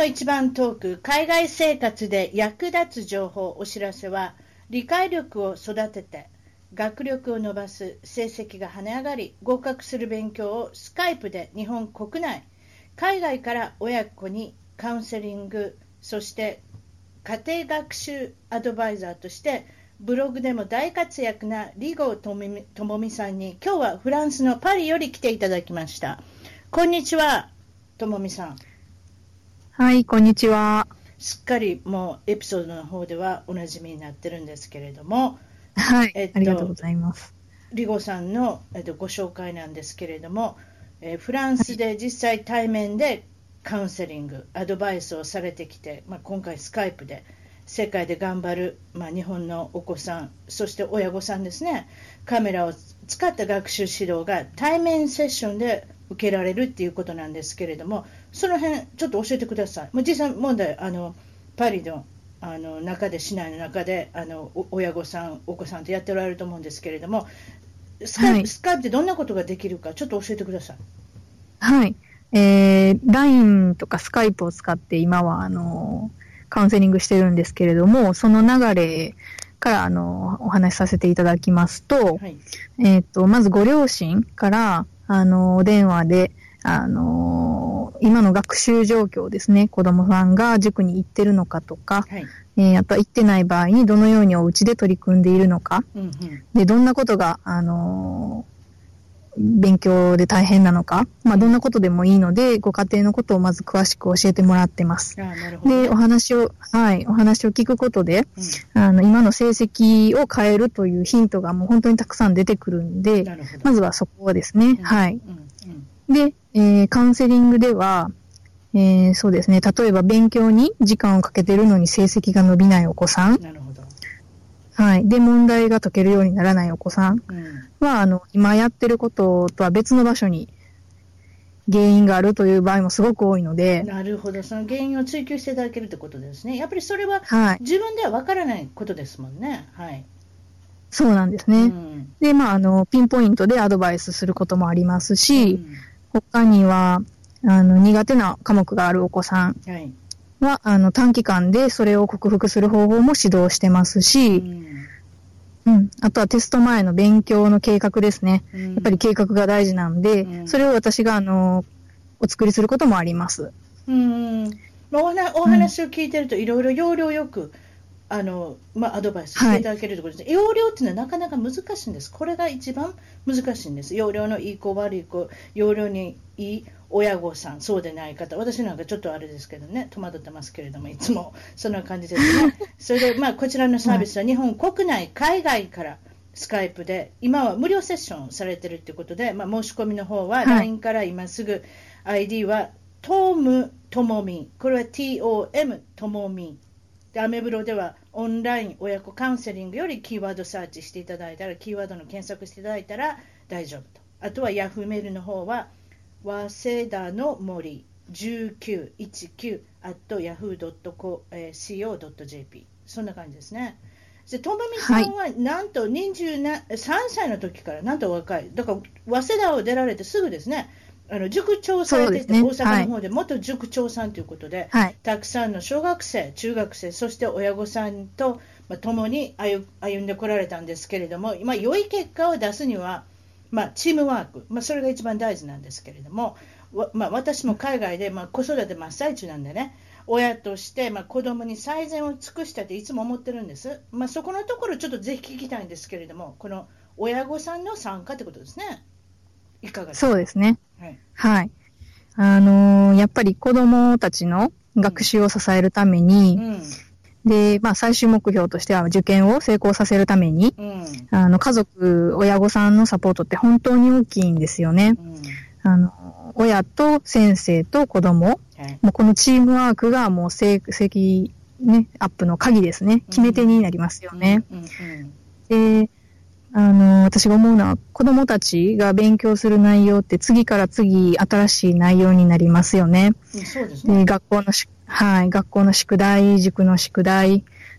の一番トーク、海外生活で役立つ情報、お知らせは、理解力を育てて、学力を伸ばす、成績が跳ね上がり、合格する勉強をスカイプで日本国内、海外から親子にカウンセリング、そして家庭学習アドバイザーとして、ブログでも大活躍なリゴともみさんに、今日はフランスのパリより来ていただきました。こんにちは、ともみさん。 はい、こんにちは。 すっかりもうエピソードの方ではおなじみになってるんですけれども、 はい、ありがとうございます。 リゴさんの、ご紹介なんですけれども、フランスで実際対面でカウンセリング、アドバイスをされてきて、今回スカイプで世界で頑張る、日本のお子さん、そして親御さんですね、カメラを使った学習指導が対面セッションで受けられるっていうことなんですけれども、その辺ちょっと教えてください。実際問題、パリの中で、市内の中で親御さんお子さんとやっておられると思うんですけれども、スカイプでどんなことができるかちょっと教えてください。 はい、LINE とかスカイプを使って今はカウンセリングしてるんですけれども、その流れからお話しさせていただきますと、はい、まずご両親からお電話で今の学習状況ですね、子供さんが塾に行ってるのかとか、はい、あとは行ってない場合にどのようにお家で取り組んでいるのか、でどんなことが勉強で大変なのか、どんなことでもいいのでご家庭のことをまず詳しく教えてもらってます。でお話を聞くことで、今の成績を変えるというヒントがもう本当にたくさん出てくるんで、まずはそこですね。はい。で、カウンセリングでは、そうですね、例えば勉強に時間をかけているのに成績が伸びないお子さん、なるほど、はい、で問題が解けるようにならないお子さんは、今やってることとは別の場所に原因があるという場合もすごく多いので。 なるほど、その原因を追求していただけるということですね。やっぱりそれは自分ではわからないことですもんね。はい、 そうなんですね。で、ピンポイントでアドバイスすることもありますし、他には苦手な科目があるお子さんは、短期間でそれを克服する方法も指導してますし、あとはテスト前の勉強の計画ですね。やっぱり計画が大事なんで、それを私がお作りすることもあります。 お話を聞いてるといろいろ要領よくアドバイスしていただけるということです。要領っていうのはなかなか難しいんです。これが一番難しいんです。要領のいい子悪い子、要領にいい親御さん、そうでない方、私なんかちょっとあれですけどね、戸惑ってますけれども、いつもそんな感じですね。それでこちらのサービスは日本国内、海外からスカイプで今は無料セッションされてるということで、申し込みの方は LINE から今すぐ ID はトムともみ、これは TOM ともみで、アメブロではオンライン親子カウンセリングよりキーワードサーチしていただいたら、キーワードの検索していただいたら大丈夫と。あとはヤフーメールの方は早稲田の森1919 @yahoo.co.jp、 そんな感じですね。でともみさんはなんと23歳の時からなんと若い、だから早稲田を出られてすぐですね、塾長されていて、大阪の方で元塾長さんということで、たくさんの小学生、中学生、そして親御さんと共に歩んでこられたんですけれども、良い結果を出すには、チームワーク、それが一番大事なんですけれども、私も海外で、子育て真っ最中なんでね、親として、子供に最善を尽くしたっていつも思ってるんです。そこのところちょっとぜひ聞きたいんですけれども、この親御さんの参加ってことですね。いかがですか？ そうですね。はい。やっぱり子供たちの学習を支えるために、で、最終目標としては受験を成功させるために、家族、親御さんのサポートって本当に大きいんですよね。親と先生と子供、もうこのチームワークがもう成績ね、アップの鍵ですね。決め手になりますよね。で、私が思うのは、子供たちが勉強する内容って次から次新しい内容になりますよね。 そうですね。 で、学校の宿題、塾の宿題、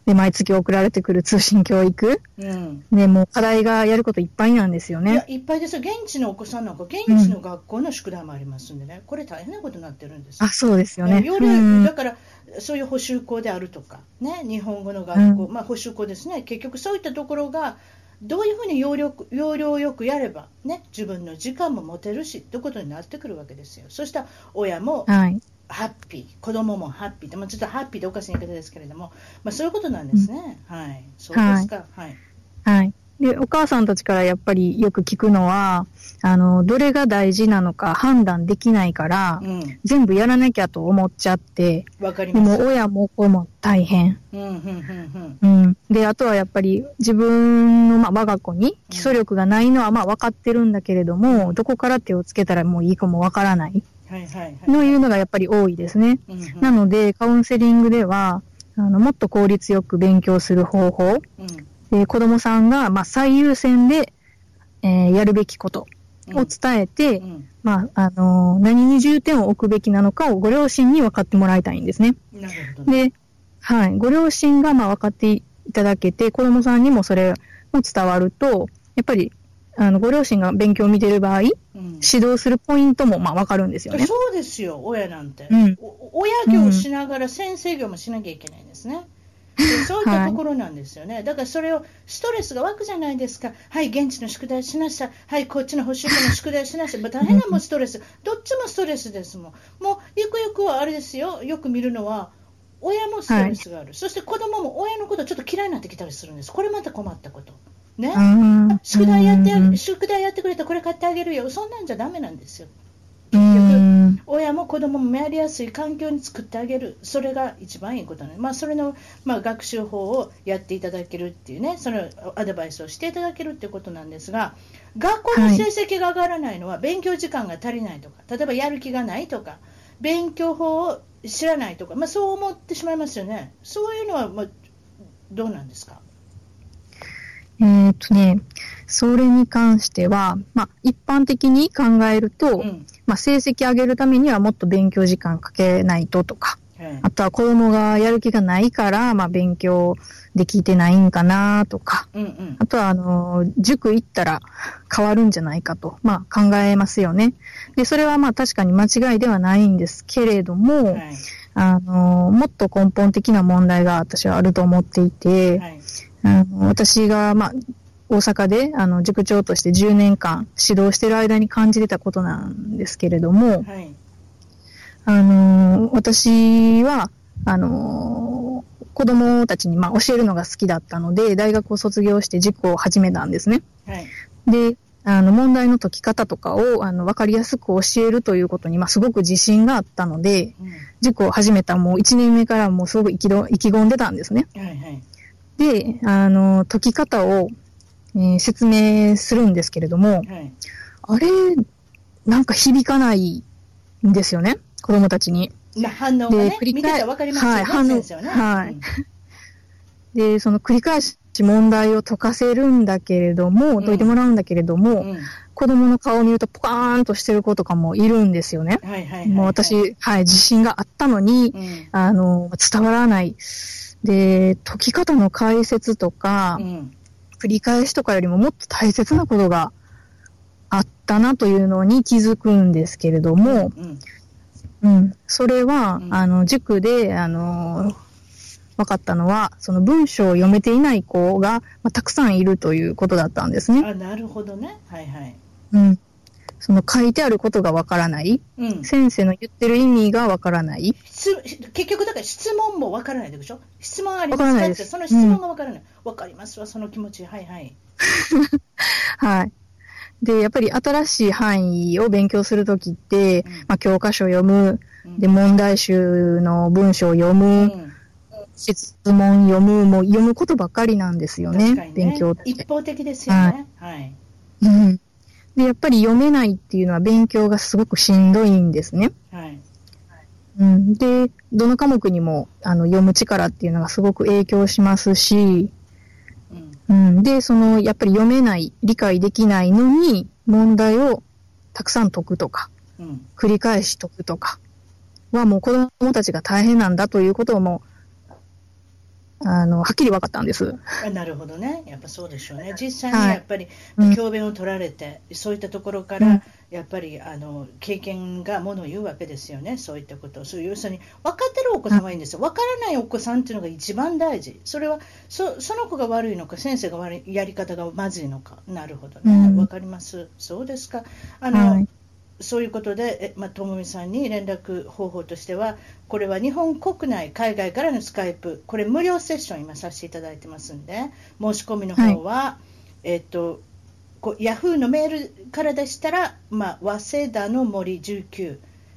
で、毎月送られてくる通信教育。で、もう課題がやることいっぱいなんですよね。 いや、いっぱいですよ。現地のお子さんなんか、現地の学校の宿題もありますんでね、これ大変なことになってるんです。 あ、そうですよね。 だから、そういう補習校であるとか、ね、日本語の学校、補習校ですね、結局そういったところが、どういうふうに要領よくやれば、ね、自分の時間も持てるしということになってくるわけですよ。そしたら親もハッピー、子供もハッピーで、ちょっとハッピーでおかしい言い方ですけれども、そういうことなんですね。はい、そうですか。はい。 はい。で、お母さんたちからやっぱりよく聞くのは、どれが大事なのか判断できないから、全部やらなきゃと思っちゃって、 わかります。 でも親も子も大変。で、あとはやっぱり自分の、我が子に基礎力がないのは分かってるんだけれども、どこから手をつけたらもういいかもわからない。のいうのがやっぱり多いですね。なので、カウンセリングでは、もっと効率よく勉強する方法、子供さんが、最優先で、やるべきことを伝えて、何に重点を置くべきなのかをご両親に分かってもらいたいんですね。 なるほど。 で、はい、ご両親が分かっていただけて、子供さんにもそれも伝わると、やっぱり、ご両親が勉強を見ている場合、指導するポイントも分かるんですよね。 そうですよ、親なんて。親業しながら先生業もしなきゃいけないんですね。そういったところなんですよね。だからそれをストレスが湧くじゃないですか。はい、現地の宿題しなさい。はい、こっちの補習校の宿題しなさい。大変なもんストレス。どっちもストレスですもん。もうゆくゆくはあれですよ。よく見るのは親もストレスがある。そして子供も親のことちょっと嫌いになってきたりするんです。これまた困ったこと。ね。宿題やってくれたらこれ買ってあげるよ。そんなんじゃダメなんですよ。結局親も子供もやりやすい環境に作ってあげる、それが一番いいことなので、それの、学習法をやっていただけるっていうね、そのアドバイスをしていただけるっていうことなんですが、学校の成績が上がらないのは勉強時間が足りないとか、例えばやる気がないとか、勉強法を知らないとか、そう思ってしまいますよね。そういうのは、どうなんですか？ それに関しては、一般的に考えると、成績上げるためにはもっと勉強時間かけないととか、あとは子供がやる気がないから、勉強できてないんかなとか、あとは、塾行ったら変わるんじゃないかと、考えますよね。で、それは確かに間違いではないんですけれども、もっと根本的な問題が私はあると思っていて、私が、大阪で塾長として10年間指導している間に感じてたことなんですけれども、私は子供たちに教えるのが好きだったので、大学を卒業して塾を始めたんですね。で、問題の解き方とかを分かりやすく教えるということにすごく自信があったので、塾を始めたもう1年目からもうすごく意気込んでたんですね。で、解き方を説明するんですけれども、あれ、なんか響かないんですよね、子供たちに。 反応がね、見てたら分かりますよね、先生はね。 で、その繰り返し問題を解かせるんだけれども、解いてもらうんだけれども、子供の顔を見るとポカーンとしてる子とかもいるんですよね。もう私、自信があったのに、伝わらない。で、解き方の解説とか、繰り返しとかよりももっと大切なことがあったなというのに気づくんですけれども、それは、塾で、分かったのは、その文章を読めていない子が、たくさんいるということだったんですね。 なるほどね。 その書いてあることが分からない、先生の言ってる意味が分からない。 結局だから質問も分からないでしょ。質問ありますかって、その質問が分からない。分かりますわ、その気持ち。はい。 で、やっぱり新しい範囲を勉強するときって、教科書を読む、で、問題集の文章を読む、質問読む、もう読むことばっかりなんですよね、勉強って。 一方的ですよね。 で、やっぱり読めないっていうのは勉強がすごくしんどいんですね。で、どの科目にも読む力っていうのがすごく影響しますし、で、やっぱり読めない、理解できないのに、問題をたくさん解くとか、繰り返し解くとかはもう子供たちが大変なんだということをもう、 はっきり分かったんです。 なるほどね。やっぱそうでしょうね。実際にやっぱり、教鞭を取られて、そういったところから、やっぱり経験がものを言うわけですよね。そういったことを。そういう要するに、分かってるお子さんはいいんですよ。分からないお子さんっていうのが一番大事。それは、その子が悪いのか、先生が悪い、やり方がまずいのか。なるほどね。分かります。そうですか。そういうことで、ともみさんに連絡方法としては、これは日本国内、海外からのスカイプ、これ無料セッション今させていただいてますんで、申し込みの方は、ヤフーのメールからでしたら、早稲田の森19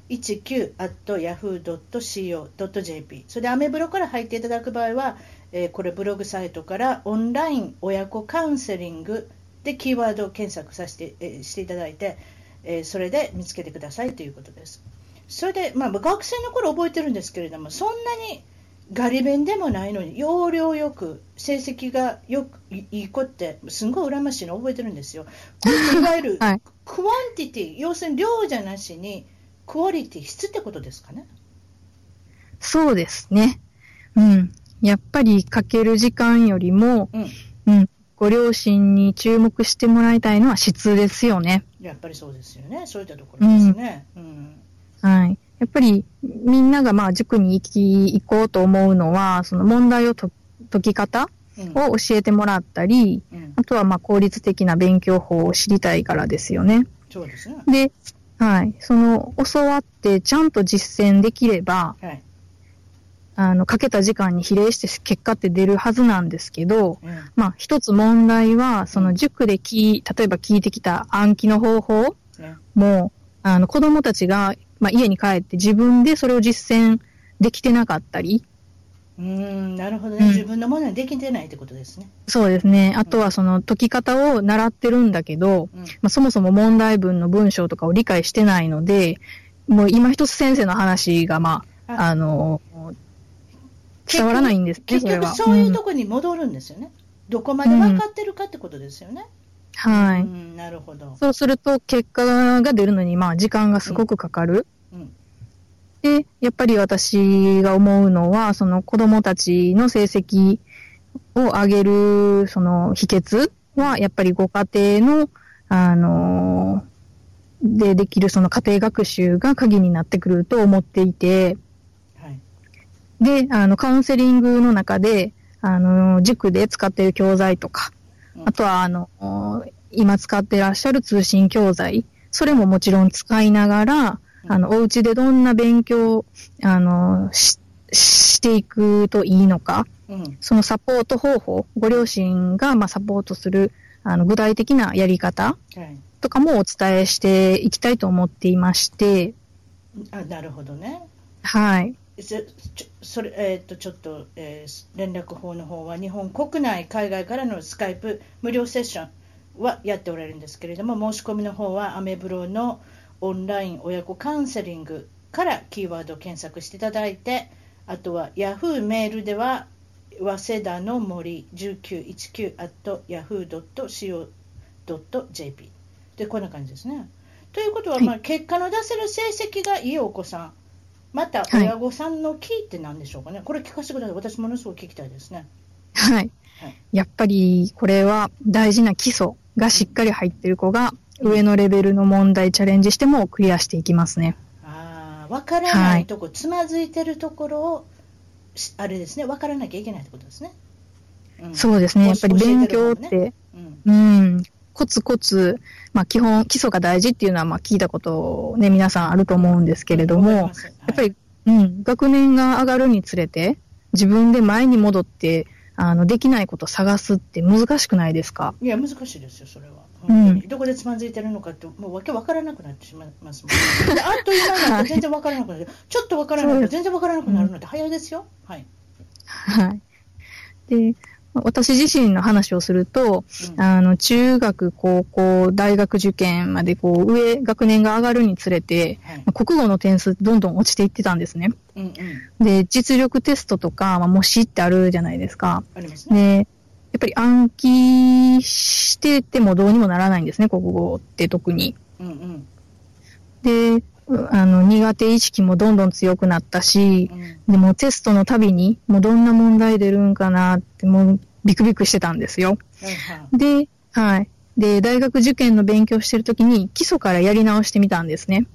19@yahoo.co.jp、 それでアメブロから入っていただく場合は、これブログサイトからオンライン親子カウンセリングでキーワードを検索していただいて、それで見つけてくださいということです。それで、学生の頃覚えてるんですけれども、そんなにガリ勉でもないのに要領よく成績がいい子ってすんごい羨ましいの覚えてるんですよ。これいわゆる、はい、クワンティティ、要するに量じゃなしにクオリティ、質ってことですかね。 そうですね。やっぱりかける時間よりも、ご両親に注目してもらいたいのは質ですよね。 やっぱりそうですよね。そういったところですね。 はい。やっぱりみんなが塾に行こうと思うのは、その問題を解き方を教えてもらったり、あとは効率的な勉強法を知りたいからですよね。 そうですね。 で、はい。教わってちゃんと実践できれば、はい、かけた時間に比例して結果って出るはずなんですけど、一つ問題は、その塾で例えば聞いてきた暗記の方法も、子供たちが、家に帰って自分でそれを実践できてなかったり。 なるほどね。自分のものにできてないってことですね。 そうですね。あとはその解き方を習ってるんだけど、そもそも問題文の文章とかを理解してないので、もう今一つ先生の話が、伝わらないんですね。 結局そういうところに戻るんですよね。どこまで分かってるかってことですよね。 はい。 なるほど。 そうすると結果が出るのに時間がすごくかかる。で、やっぱり私が思うのは、その子供たちの成績を上げるその秘訣は、やっぱりご家庭の、でできるその家庭学習が鍵になってくると思っていて、で、カウンセリングの中で、塾で使っている教材とか、あとは、今使ってらっしゃる通信教材、それももちろん使いながら、お家でどんな勉強、していくといいのか、そのサポート方法、ご両親がサポートする、具体的なやり方とかもお伝えしていきたいと思っていまして。 なるほどね。 はい。 それちょっと、連絡法の方は日本国内海外からのスカイプ無料セッションはやっておられるんですけれども、申し込みの方はアメブロのオンライン親子カウンセリングからキーワードを検索していただいて、あとはヤフーメールでは早稲田の森 1919@yahoo.co.jp で、こんな感じですね。ということは、結果の出せる成績がいいお子さん、また親御さんのキーって何でしょうかね。これ聞かせてください。私ものすごく聞きたいですね。 はい。やっぱりこれは大事な基礎がしっかり入っている子が上のレベルの問題チャレンジしてもクリアしていきますね。 分からないとこ、つまずいてるところをあれですね、分からなきゃいけないってことですね。 そうですね。やっぱり勉強って、コツコツ、基礎が大事っていうのは聞いたことね、皆さんあると思うんですけれども、やっぱり、学年が上がるにつれて、自分で前に戻って、できないことを探すって難しくないですか？ いや、難しいですよ、それは。本当にどこでつまずいてるのかって、もうわけわからなくなってしまいますもん。あっという間になって全然わからなくなる。ちょっとわからないと全然わからなくなるのって早いですよ。はい。 はい。で、私自身の話をすると、中学、高校、大学受験まで上、学年が上がるにつれて、国語の点数どんどん落ちていってたんですね。で、実力テストとか、模試ってあるじゃないですか。 ありますね。 で、やっぱり暗記しててもどうにもならないんですね、国語って特に。で、 苦手意識もどんどん強くなったし、でもテストのたびに、もうどんな問題出るんかなって、もうビクビクしてたんですよ。で、はい。で、大学受験の勉強してるときに、基礎からやり直してみたんですね。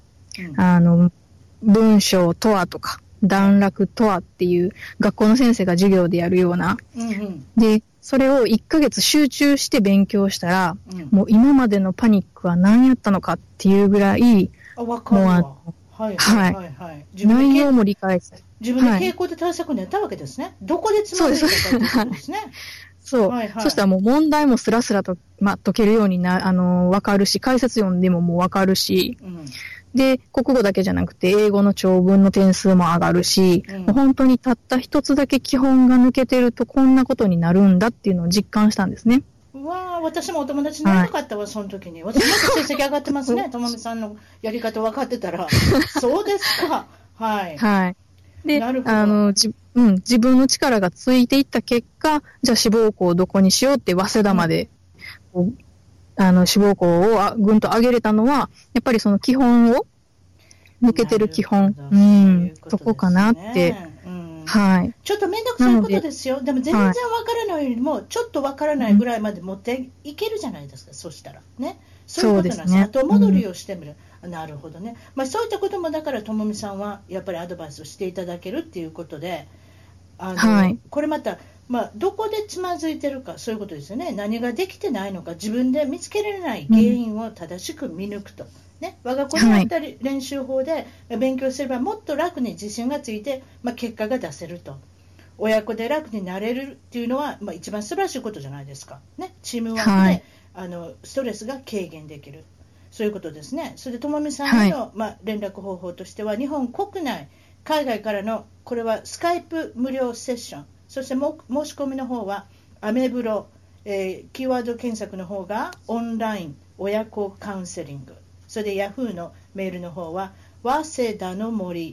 文章とはとか、段落とはっていう、学校の先生が授業でやるような。で、それを1ヶ月集中して勉強したら、もう今までのパニックは何やったのかっていうぐらい、 わかるわ。はいはいはいはい。 内容も理解する。 自分で傾向で対策にやったわけですね。どこでつまずいたかっていうことですね。 そう。そしたらもう問題もスラスラと、解けるようにわかるし、解説読んでももうわかるし、で、国語だけじゃなくて、英語の長文の点数も上がるし、本当にたった一つだけ基本が抜けてるとこんなことになるんだっていうのを実感したんですね。 わあ、私もお友達になりたかったわ、その時に。私も成績上がってますね、ともみさんのやり方分かってたら。そうですか。はい。 はい。で、自分の力がついていった結果、じゃあ志望校をどこにしようって早稲田まで、志望校をぐんと上げれたのは、やっぱりその基本を、抜けてる基本、そこかなって。はい。 ちょっとめんどくさいことですよ。でも全然わからないよりも、ちょっとわからないぐらいまで持っていけるじゃないですか、そしたら。ね。そういうことなんです。後戻りをしてみる。なるほどね。そういったこともだから、ともみさんはやっぱりアドバイスをしていただけるっていうことで、これまた、どこでつまずいてるか、そういうことですよね。何ができてないのか、自分で見つけられない原因を正しく見抜くと。ね、我が子にあったり練習法で勉強すればもっと楽に自信がついて、結果が出せると。親子で楽になれるっていうのは、一番素晴らしいことじゃないですか。ね、チームワークで、ストレスが軽減できる。そういうことですね。それでともみさんへの、連絡方法としては、日本国内、海外からのこれはスカイプ無料セッション、そして申し込みの方はアメブロ、キーワード検索の方がオンライン親子カウンセリング、それでヤフーのメールの方は早稲田の森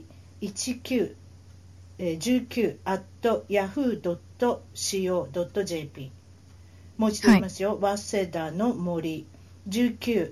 19 yahoo.co.jp、 もう一度言いますよ、早稲田の森19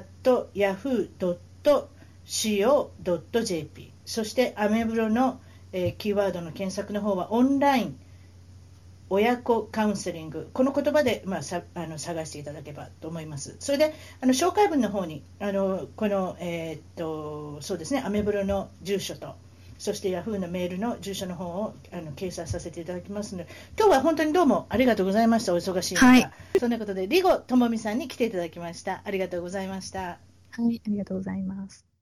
yahoo.co.jp、 そしてアメブロの、キーワードの検索の方はオンライン親子カウンセリング、この言葉で、探していただければと思います。それで紹介文の方にこの、そうですね、アメブロの住所と、そしてヤフーのメールの住所の方を掲載させていただきますので、今日は本当にどうもありがとうございました。お忙しい中、そんなことでリゴともみさんに来ていただきました。ありがとうございました。 はい、ありがとうございます。